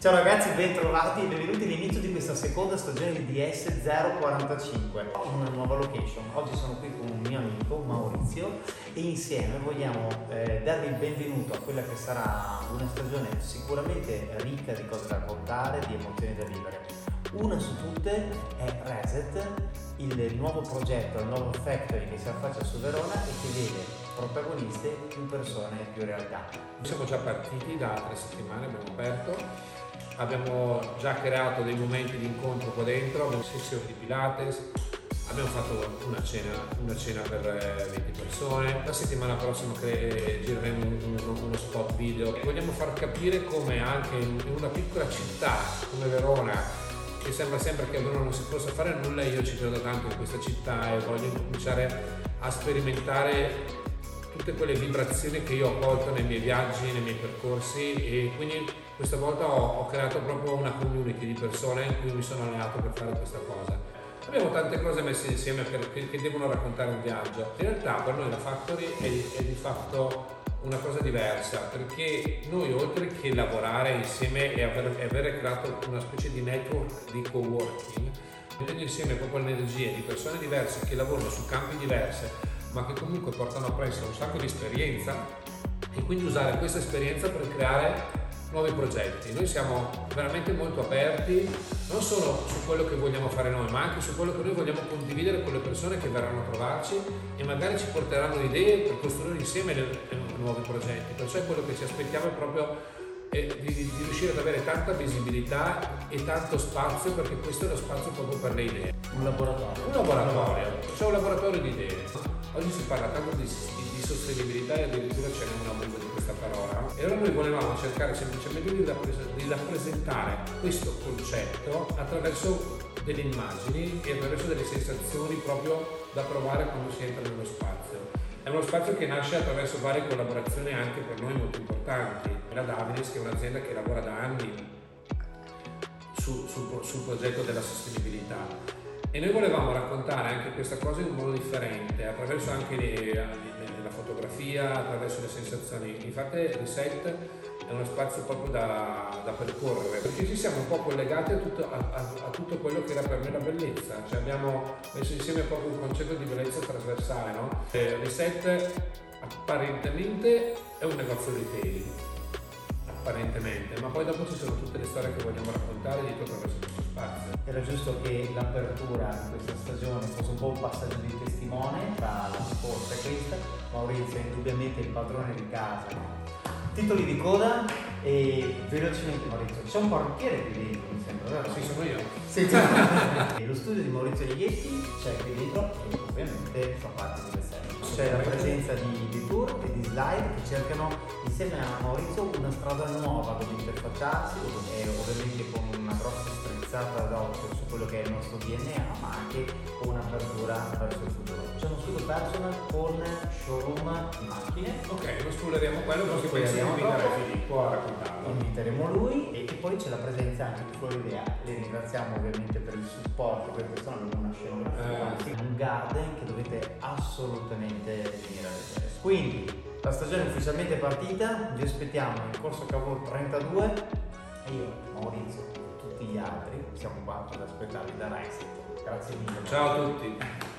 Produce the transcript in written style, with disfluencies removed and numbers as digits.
Ciao ragazzi, bentrovati e benvenuti all'inizio di questa seconda stagione di DS045 in una nuova location. Oggi sono qui con un mio amico Maurizio e insieme vogliamo darvi il benvenuto a quella che sarà una stagione sicuramente ricca di cose da raccontare, di emozioni da vivere. Una su tutte è Reset, il nuovo progetto, il nuovo factory che si affaccia su Verona e che vede protagoniste più persone e più realtà. Siamo già partiti da 3 settimane, abbiamo aperto. Abbiamo già creato dei momenti di incontro qua dentro, abbiamo sessioni di Pilates, abbiamo fatto una cena per 20 persone. La settimana prossima gireremo uno spot video. Vogliamo far capire come anche in una piccola città come Verona, che sembra sempre che a Verona non si possa fare nulla, io ci credo tanto in questa città e voglio cominciare a sperimentare tutte quelle vibrazioni che io ho colto nei miei viaggi, nei miei percorsi, e quindi questa volta ho creato proprio una community di persone in cui mi sono alleato per fare questa cosa. Abbiamo tante cose messe insieme che devono raccontare un viaggio. In realtà per noi la Factory è di fatto una cosa diversa, perché noi, oltre che lavorare insieme e avere creato una specie di network di coworking, mettendo insieme proprio le energie di persone diverse che lavorano su campi diversi, ma che comunque portano appresso un sacco di esperienza, e quindi usare questa esperienza per creare nuovi progetti. Noi siamo veramente molto aperti, non solo su quello che vogliamo fare noi, ma anche su quello che noi vogliamo condividere con le persone che verranno a trovarci e magari ci porteranno idee per costruire insieme nuovi progetti. Perciò è quello che ci aspettiamo, è proprio di riuscire ad avere tanta visibilità e tanto spazio, perché questo è lo spazio proprio per le idee. Un laboratorio, c'è un laboratorio di idee. Oggi si parla tanto di sostenibilità e addirittura c'è un abuso di questa parola, e allora noi volevamo cercare semplicemente di rappresentare questo concetto attraverso delle immagini e attraverso delle sensazioni proprio da provare quando si entra nello spazio. È uno spazio che nasce attraverso varie collaborazioni anche per noi molto importanti. La Davinis, che è un'azienda che lavora da anni sul progetto della sostenibilità, e noi volevamo raccontare anche questa cosa in un modo differente, attraverso anche la fotografia, attraverso le sensazioni. Infatti Reset è uno spazio proprio da percorrere, perché ci siamo un po' collegati a tutto quello che era per me la bellezza. Cioè abbiamo messo insieme proprio un concetto di bellezza trasversale, no? Reset apparentemente è un negozio retail, apparentemente, ma poi dopo ci sono tutte le storie che vogliamo raccontare dietro attraverso questo spazio. Era giusto che l'apertura di questa stagione fosse un po' un passaggio di testimone tra la scorsa e questa. Maurizio è indubbiamente il padrone di casa. Titoli di coda e velocemente Maurizio, c'è un parrucchiere qui dentro, mi sembra, vero? Sì, sono io. Sì. E lo studio di Maurizio Lighetti c'è qui dentro e ovviamente fa parte del set. C'è la presenza di tour e di slide che cercano insieme a Maurizio una strada nuova dove interfacciarsi, e ovviamente con una grossa strizzata d'occhio su quello che è il nostro DNA, ma anche con un'apertura verso il futuro. C'è uno studio personal con showroom di macchine. Ok, non spoileriamo quello, perché poi si inviterà Filippo a raccontarlo. Inviteremo lui e poi c'è la presenza anche di Floridea. Le ringraziamo ovviamente per il supporto, per questo non abbiamo una scenografia, un garden che dovete assolutamente venire a vedere. Quindi la stagione è ufficialmente partita, vi aspettiamo in Corso Cavour 32 e io, Maurizio e tutti gli altri siamo qua ad aspettarvi da Reset. Grazie mille. Ciao a tutti.